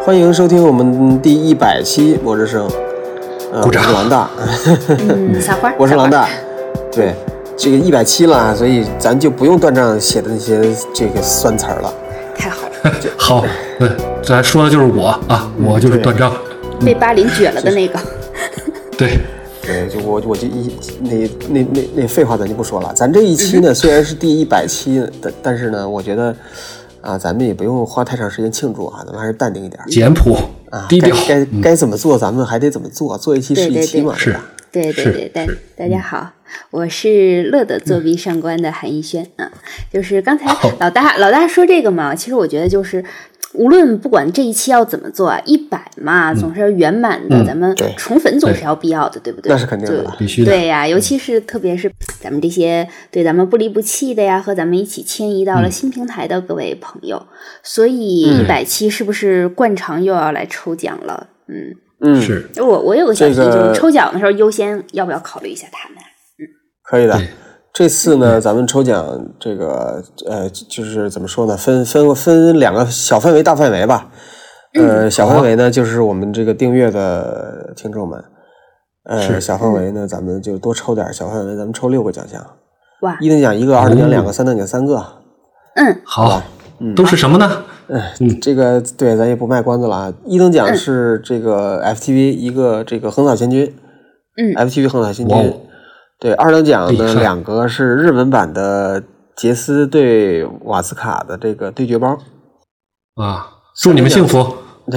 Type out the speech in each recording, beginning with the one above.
欢迎收听我们第100期《魔之声》。 鼓掌。 我是狼大。 撒花。 我是狼大。对，这个100期了，所以咱就不用断章写的那些这个酸词儿了。 太好了。 好，咱说的就是我啊，我就是断章。 被巴林撅了的那个。 对。 对，就我就那废话咱就不说了。咱这一期呢，虽然是第100期，但是呢，我觉得啊，咱们也不用花太长时间庆祝啊，咱们还是淡定一点， 简朴啊， 低调。 该怎么做，咱们还得怎么做，做一期是一期嘛， 是。 对，大家好，我是乐得作弊上官的韩逸轩啊。就是刚才老大说这个嘛，其实我觉得就是无论不管这一期要怎么做啊，100嘛总是要圆满的，咱们宠粉总是要必要的，对不对？ 那是肯定的， 必须的。 对呀，尤其是特别是咱们这些对咱们不离不弃的呀，和咱们一起迁移到了新平台的各位朋友，所以100期是不是惯常又要来抽奖了？ 是。 我有个小提议，就是抽奖的时候优先要不要考虑一下他们？ 可以的。这次呢，咱们抽奖这个就是怎么说呢？分两个小范围、大范围吧。小范围呢，就是我们这个订阅的听众们。小范围呢，咱们就多抽点。小范围咱们抽6个奖项。 哇 ！1等奖1个，2等奖2个，3等奖3个。 好。都是什么呢？ 这个对，咱也不卖关子了啊。1等奖是这个 FTV 一个这个横扫仙君，FTV 横扫仙君。对，2等奖呢2个是日文版的杰斯对瓦斯卡的这个对决包啊，祝你们幸福。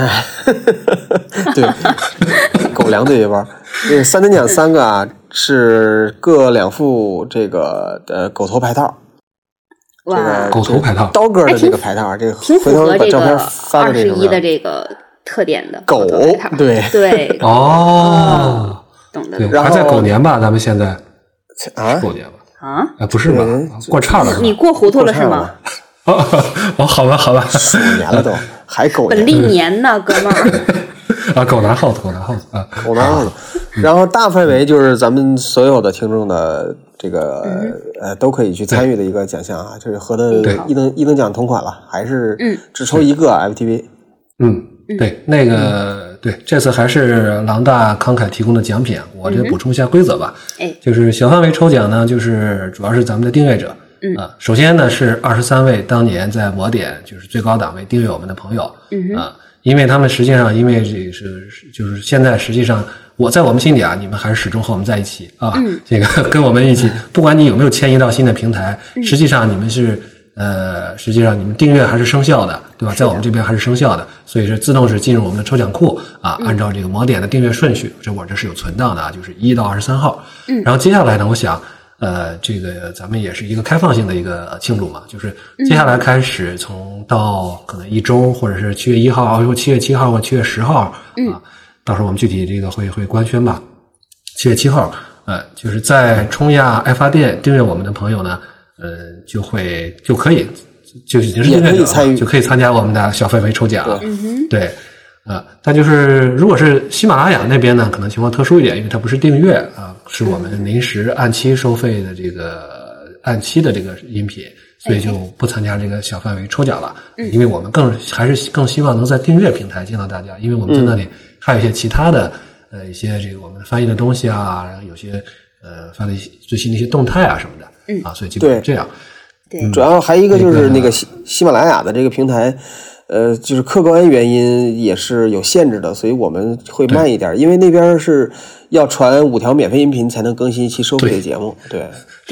对，狗粮对决包。这3等奖3个啊是各2副这个狗头牌套。这个狗头牌套， 刀哥的这个牌套，这个挺符合这个 21 的这个特点的狗，对哦，懂的。 还在狗年吧？咱们现在啊， 狗年吧？啊，不是吧？过岔了， 你过糊涂了是吗？ 哦，好吧， 鼠年了都，还狗年，本历年呢，哥们儿。 啊，狗拿耗子啊， 狗拿耗子。然后大范围就是咱们所有的听众的这个都可以去参与的一个奖项啊，就是和的一等奖同款了，还是只抽1个 FTV。 对，那个对，这次还是狼大慷慨提供的奖品，我这补充一下规则吧。就是小范围抽奖呢，就是主要是咱们的订阅者。首先呢是23位当年在魔点就是最高档位订阅我们的朋友因为他们实际上因为这是就是现在实际上我在我们心里啊，你们还是始终和我们在一起啊，这个跟我们一起，不管你有没有迁移到新的平台，实际上你们是实际上你们订阅还是生效的，对吧？在我们这边还是生效的，所以是自动是进入我们的抽奖库啊，按照这个魔点的订阅顺序，我这是有存档的啊，就是1到23号。然后接下来呢，我想这个咱们也是一个开放性的一个庆祝嘛，就是接下来开始从到可能1周，或者是7月1号，或7月7号或7月10号啊，到时候我们具体这个会官宣吧。7月7号，就是在冲亚爱发电订阅我们的朋友呢，就可以就已经是订阅者了，就可以参加我们的小范围抽奖。对。但就是如果是喜马拉雅那边呢，可能情况特殊一点，因为它不是订阅啊，是我们临时按期收费的这个按期的这个音频，所以就不参加这个小范围抽奖了。因为我们还是更希望能在订阅平台见到大家，因为我们在那里还有一些其他的一些这个我们翻译的东西啊，然后有些发的最新的一些动态啊什么的啊，所以基本上这样。 对， 主要还一个就是那个喜马拉雅的这个平台。就是客观原因也是有限制的，所以我们会慢一点，因为那边是要传5条免费音频才能更新一期收费的节目。对，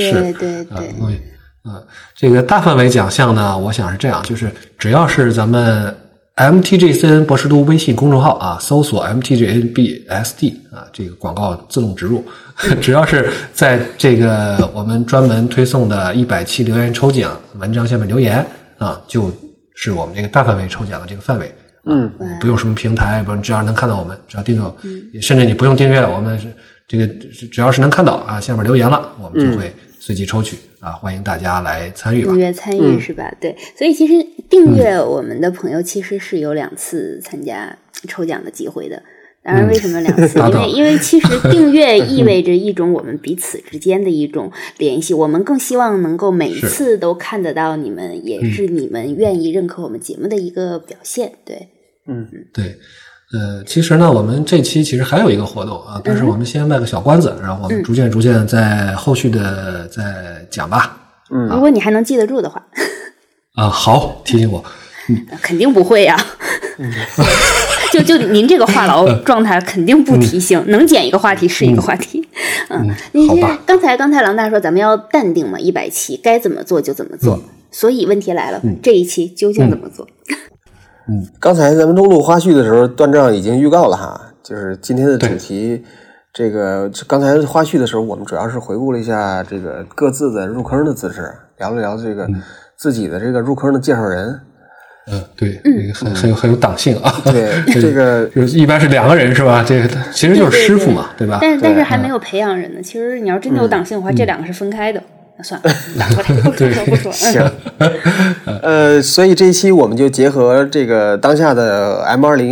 这个大范围奖项呢，我想是这样，就是只要是咱们 MTGCN 博士都微信公众号啊，搜索 MTGNBSD 啊，这个广告自动植入，只要是在这个我们专门推送的100期留言抽奖文章下面留言啊，就是我们这个大范围抽奖的这个范围，不用什么平台，只要能看到我们，只要订阅，甚至你不用订阅，我们是这个只要是能看到啊，下面留言了，我们就会随机抽取啊，欢迎大家来参与吧。 订阅参与是吧？对，所以其实订阅我们的朋友其实是有2次参加抽奖的机会的。当然，为什么2次？因为其实订阅意味着一种我们彼此之间的一种联系，我们更希望能够每一次都看得到你们，也是你们愿意认可我们节目的一个表现。对， 对。其实呢，我们这期其实还有一个活动啊，但是我们先卖个小关子，然后我们逐渐在后续的再讲吧。 如果你还能记得住的话。 好，提醒我。 肯定不会呀。就您这个话痨状态，肯定不提醒，能捡一个话题是一个话题。 好吧。 刚才郎大说咱们要淡定嘛，100期该怎么做就怎么做。所以问题来了，这一期究竟怎么做？ 刚才咱们中录花絮的时候，段丈已经预告了哈，就是今天的主题。这个刚才花絮的时候，我们主要是回顾了一下这个各自的入坑的姿势，聊了聊这个自己的这个入坑的介绍人。 对，很有党性啊。 对，这个一般是2个人是吧？这个其实就是师傅嘛，对吧？ 但是还没有培养人呢。其实你要真的有党性的话，这2个是分开的。算了，不说。 行。所以这一期我们就结合这个当下的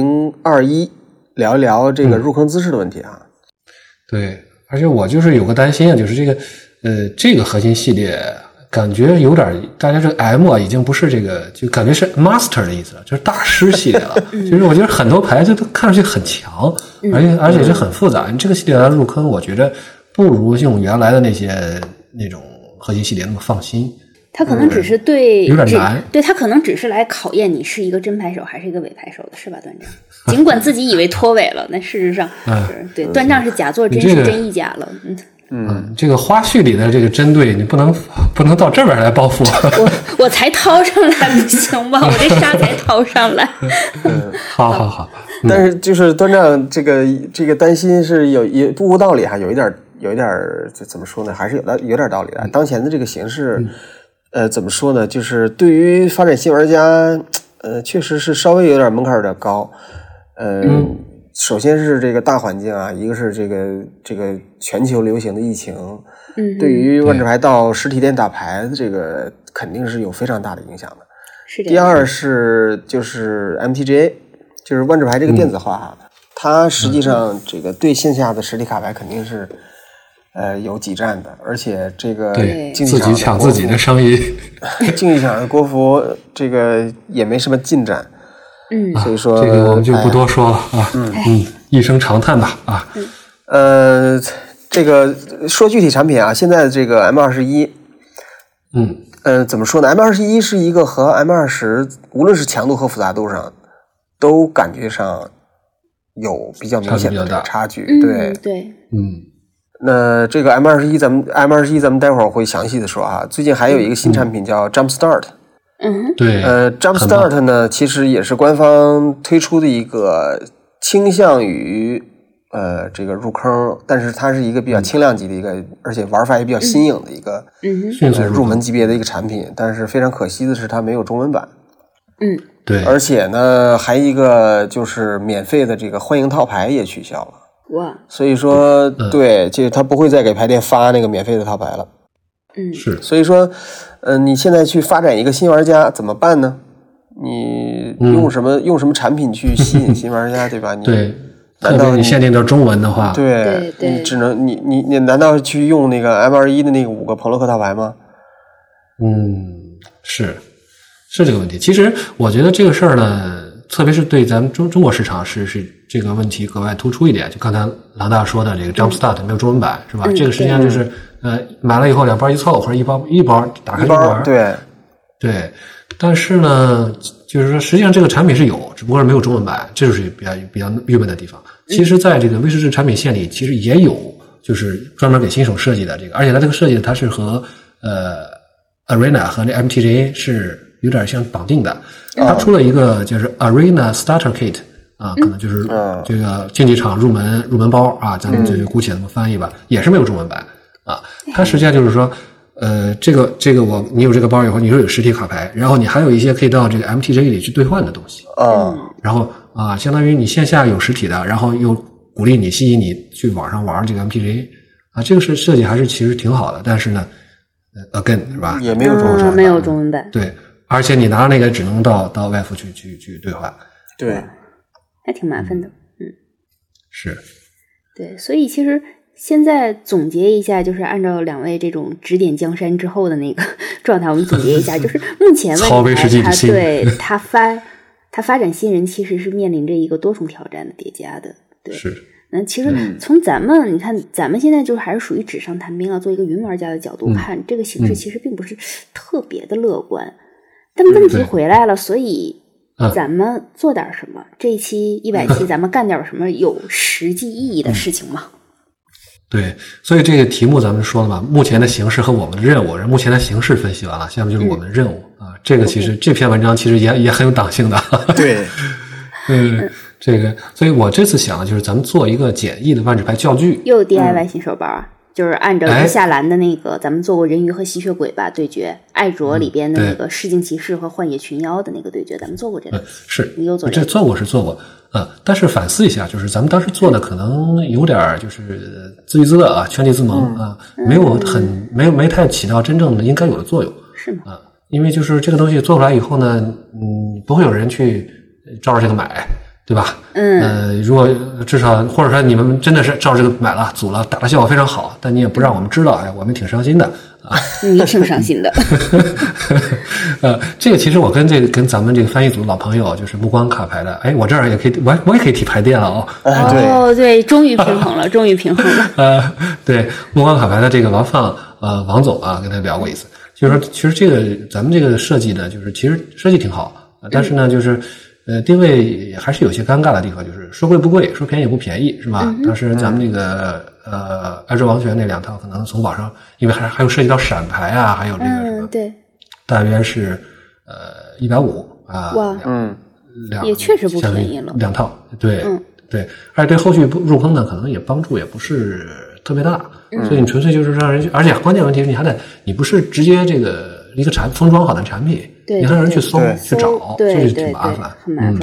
M2021 聊一聊这个入坑姿势的问题啊。 对，而且我就是有个担心啊，就是这个核心系列感觉有点，大家这个 M 啊已经不是这个，就感觉是 Master 的意思了，就是大师系列了。就是我觉得很多牌子都看上去很强，而且是很复杂。你这个系列来入坑，我觉得不如用原来的那种核心系列那么放心。 他可能只是有点难， 对他可能只是来考验你是一个真牌手还是一个伪牌手的，是吧，段丈？尽管自己以为脱伪了，但事实上，对，段丈是假作真是真亦假了。 这个花絮里的这个针对，你不能到这边来报复我才掏上来不行吗？我这沙才掏上来。 好。 但是就是段丈这个担心是也不无道理哈，有一点怎么说呢？还是有点道理的。当前的这个形势。怎么说呢？就是对于发展新玩家，确实是稍微有点门槛有点高。首先是这个大环境啊，一个是这个全球流行的疫情，对于万智牌到实体店打牌这个肯定是有非常大的影响的。 是的。 第二是就是 MTGA， 就是万智牌这个电子化，它实际上这个对线下的实体卡牌肯定是。有挤占的，而且这个竞技场自己抢自己的生意， 竞技场的国服这个也没什么进展，所以说这个我们就不多说了啊，一声长叹吧啊。 这个说具体产品啊，现在这个 M21，怎么说呢 ？M21是一个和 M20无论是强度和复杂度上，都感觉上有比较明显的这个差距， 对。 那这个 M21 咱们待会儿会详细的说啊。最近还有一个新产品叫 Jumpstart， 对 ，Jumpstart 呢其实也是官方推出的一个倾向于这个入坑，但是它是一个比较轻量级的一个，而且玩法也比较新颖的一个入门级别的一个产品。但是非常可惜的是它没有中文版。 对， 而且呢还一个就是免费的这个欢迎套牌也取消了。 哇， 所以说，对，就他不会再给牌店发那个免费的套牌了。 是。 所以说，你现在去发展一个新玩家怎么办呢？你用什么产品去吸引新玩家，对吧？ 对，特别你限定到中文的话， 对， 你只能你难道去用那个 M21的那个5个朋洛克套牌吗？ 是这个问题。其实我觉得这个事儿呢，特别是对咱们中国市场是这个问题格外突出一点。就刚才郎大说的这个 Jumpstart 没有中文版是吧？这个实际上就是买了以后2包一凑，或者一包打开就玩。对。但是呢，就是说实际上这个产品是有，只不过是没有中文版，这就是比较郁闷的地方。其实在这个威士忌产品线里其实也有，就是专门给新手设计的这个，而且它这个设计它是和Arena 和那 MTGA 是有点像绑定的。它出了一个就是 Arena Starter Kit 啊，可能就是这个竞技场入门包啊，咱们就姑且这么翻译吧，也是没有中文版啊。它实际上就是说，这个你有这个包以后，你就有实体卡牌，然后你还有一些可以到这个 MTGA 里去兑换的东西然后相当于你线下有实体的，然后又鼓励你吸引你去网上玩这个 MTGA 啊，这个设计还是其实挺好的，但是呢，again 是吧？ 也没有中文版， 没有中文版， 对。而且你拿那个只能到外服去兑换， 对， 还挺麻烦的， 是， 对，所以其实现在总结一下，就是按照2位这种指点江山之后的那个状态，我们总结一下，就是目前问题它他发展新人其实是面临着一个多重挑战的叠加的。对， 是。 那其实从咱们你看，咱们现在就是还是属于纸上谈兵啊，做一个云玩家的角度看，这个形势其实并不是特别的乐观。但问题回来了，所以咱们做点什么？这一期100期，咱们干点什么有实际意义的事情吗？ 对，所以这个题目咱们说了嘛，目前的形势和我们的任务，目前的形势分析完了，下面就是我们的任务啊。这个其实这篇文章其实也很有党性的。 对， 这个，所以我这次想的就是咱们做一个简易的万智牌教具， 又 DIY 新手包啊。就是按照夏兰的那个，咱们做过人鱼和吸血鬼吧对决，艾卓里边的那个市井骑士和幻野群妖的那个对决，咱们做过这个。 是， 你有做这做过是做过，但是反思一下，就是咱们当时做的可能有点就是自娱自乐啊，圈地自萌啊，没太起到真正的应该有的作用。 是吗？ 因为就是这个东西做出来以后呢，不会有人去照着这个买。对吧？如果至少或者说你们真的是照这个买了组了，打的效果非常好，但你也不让我们知道，我们挺伤心的啊。 你挺伤心的。 这个其实我跟咱们这个翻译组老朋友，就是目光卡牌的，我这儿也可以，我也可以提牌店了哦。对，终于平衡了，终于平衡了。 对，目光卡牌的这个王放王总啊，跟他聊过一次，就是说其实这个咱们这个设计呢，就是其实设计挺好，但是呢，就是定位还是有些尴尬的地方，就是说贵不贵，说便宜也不便宜，是吧？当时咱们那个爱之王权那2套，可能从网上，因为还有涉及到闪牌啊，还有这个什么， 对， 大约是150啊， 哇，也确实不便宜了 ，2套，对，对，而且对后续入坑呢，可能也帮助也不是特别大，所以你纯粹就是让人去，而且关键问题是你不是直接这个一个封装好的产品。你让人去搜去找，这就挺麻烦。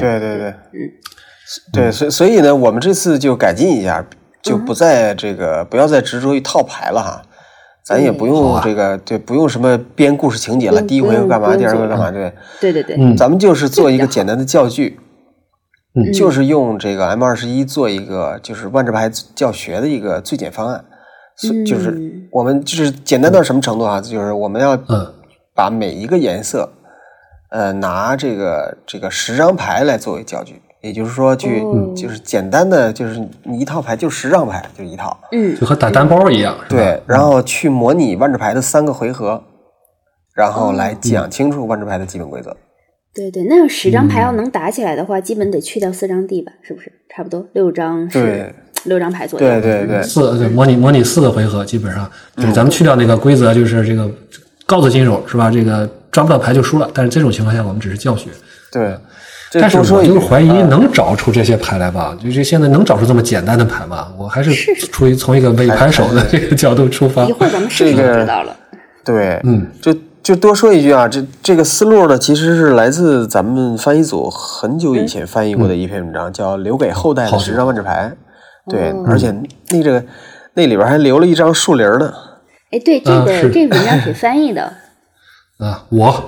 对，所以呢，我们这次就改进一下，就不要再执着于套牌了哈，咱也不用这个不用什么编故事情节了，第一回干嘛，第二回干嘛，对，咱们就是做一个简单的教具，就是用这个 M21做一个就是万智牌教学的一个最简方案，就是我们就是简单到什么程度啊？就是我们要把每一个颜色。拿这个10张牌来作为教具，也就是说就是简单的，就是你一套牌就10张牌，就一套， 就和打单包一样， 对，然后去模拟万智牌的3个回合，然后来讲清楚万智牌的基本规则。 对，那要10张牌要能打起来的话，基本得去掉4张地吧，是不是？差不多6张是6张牌左右。 对， 模拟4个回合，基本上就是咱们去掉那个规则，就是这个告诉新手是吧？这个抓不到牌就输了，但是这种情况下我们只是教学。 对， 但是我就是怀疑能找出这些牌来吧？就是现在能找出这么简单的牌吗？我还是出于从一个伪牌手的这个角度出发。 一会儿咱们试试就知道了。 对，就多说一句啊，这个思路呢，其实是来自咱们翻译组很久以前翻译过的一篇文章，叫《留给后代的10张万智牌》。对，而且那里边还留了一张树林呢。 对，这个文章谁翻译的？ 我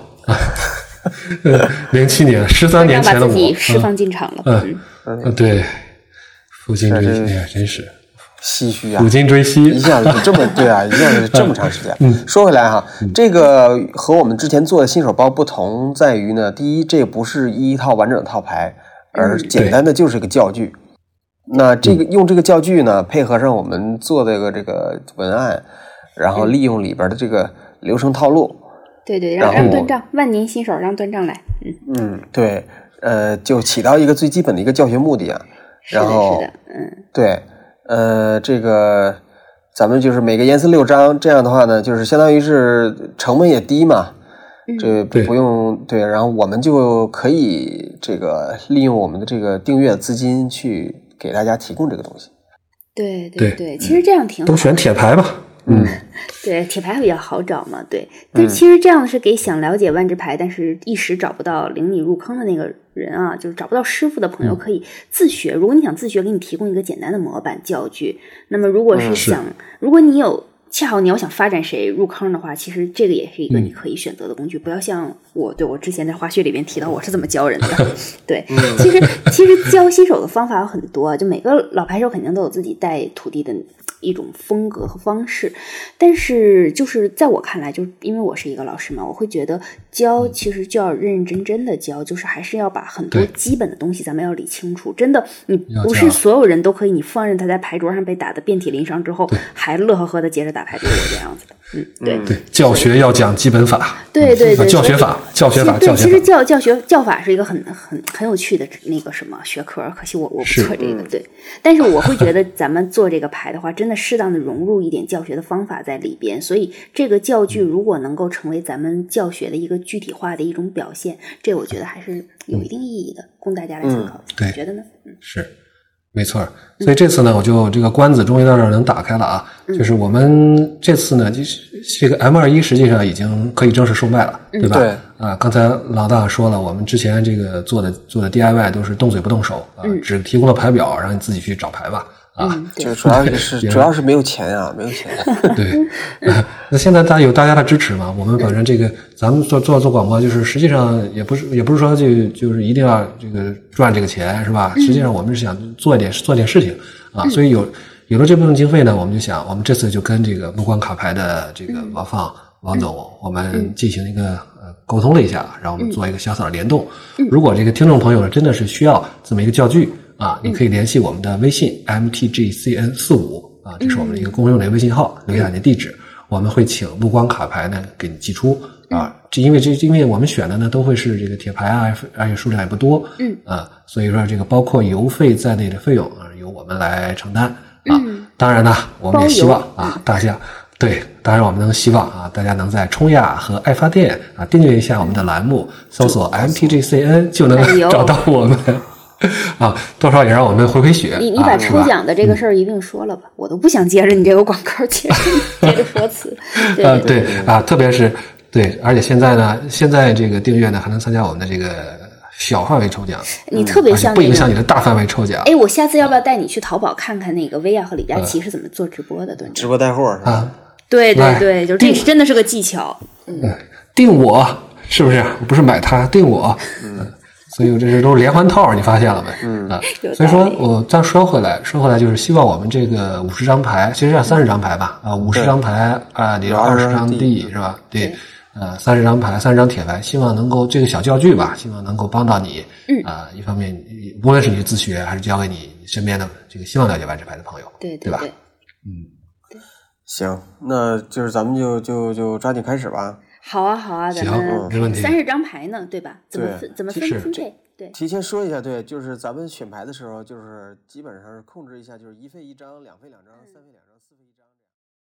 ，07年13年前的我， 把自己释放进场了。 对，负荆追棘，真是唏嘘啊！ 负荆追棘， 一下子这么对啊，一下子这么长时间。说回来哈，这个和我们之前做的新手包不同在于呢，第一，这不是一套完整的套牌，而简单的就是个教具。那用这个教具呢，配合上我们做的这个文案，然后利用里边的这个流程套路。 对，让断账，万年新手让断账来。 对，就起到一个最基本的一个教学目的啊。然后，对，这个咱们就是每个颜色6张，这样的话呢，就是相当于是成本也低嘛。这不用对，然后我们就可以这个利用我们的这个订阅资金去给大家提供这个东西。 对，其实这样挺好。 都选铁牌吧。 对，铁牌比较好找嘛，对。但其实这样是给想了解万智牌，但是一时找不到领你入坑的那个人啊，就是找不到师傅的朋友可以自学。如果你想自学，给你提供一个简单的模板教具。那么如果是如果你有恰好你要想发展谁入坑的话，其实这个也是一个你可以选择的工具。不要像我之前在花絮里面提到我是怎么教人的。对，其实教新手的方法有很多，就每个老牌手肯定都有自己带徒弟的一种风格和方式。但是就是在我看来，就因为我是一个老师嘛，我会觉得教其实就要认认真真的教，就是还是要把很多基本的东西咱们要理清楚。真的，你不是所有人都可以，你放任他在牌桌上被打得遍体鳞伤之后，还乐呵呵的接着打牌，就是我这样子的。对， 教学要讲基本法。 对， 教学法。 其实教法是一个很有趣的那个什么学科，可惜我不做这个。对，但是我会觉得咱们做这个牌的话，真的适当的融入一点教学的方法在里边，所以这个教具如果能够成为咱们教学的一个具体化的一种表现，这我觉得还是有一定意义的，供大家来参考。 对， 你觉得呢？ 是。没错，所以这次呢，我就这个关子终于到这儿能打开了啊！就是我们这次呢，就是这个 M21实际上已经可以正式售卖了，对吧？ 对啊，刚才老大说了，我们之前这个做的 DIY 都是动嘴不动手啊，只提供了牌表，让你自己去找牌吧。 就主要是没有钱啊，没有钱。 对，那现在有大家的支持嘛，我们反正这个咱们做广播，就是实际上也不是说就是一定要这个赚这个钱是吧？实际上我们是想做点事情啊，所以有了这部分经费呢，我们就想，我们这次就跟这个目光卡牌的这个王总，我们进行一个沟通了一下，然后我们做一个小小的联动。如果这个听众朋友呢真的是需要这么一个教具啊，你可以联系我们的微信 mtgcn45啊，这是我们的一个公用的微信号，留下你的地址，我们会请目光卡牌呢给你寄出啊。因为我们选的呢都会是这个铁牌啊，而且数量也不多，所以说这个包括邮费在内的费用啊由我们来承担啊。当然呢，我们也希望啊大家。对，当然我们希望啊，大家能在冲亚和爱发电啊订阅一下我们的栏目，搜索 MTGCN 就能找到我们。啊，多少也让我们回血。 你把抽奖的这个事儿一并说了吧，我都不想接着你这个广告接着说辞。 对啊，特别是对，而且现在这个订阅呢还能参加我们的这个小范围抽奖。 你特别像不影响你的大范围抽奖。 哎，我下次要不要带你去淘宝看看那个薇娅和李佳琦是怎么做直播的？对， 直播带货是吧？ 啊，对，就这真的是个技巧。 订我是不是？不是买它，订我。所以这都是连环套，你发现了没？所以说我再说回来就是希望我们这个50张牌，其实要30张牌吧，50张牌啊，你要20张地是吧？对，30张牌，30张铁牌，希望能够这个小教具吧，希望能够帮到你一方面无论是你自学还是教给你身边的这个希望了解万智牌的朋友，对吧？ 行，那就是咱们就抓紧开始吧。 好啊，咱们没问题。 30张牌呢，对吧？怎么分配？对， 提前说一下，对，就是咱们选牌的时候，就是基本上是控制一下，就是1费1张，2费2张，3费2张。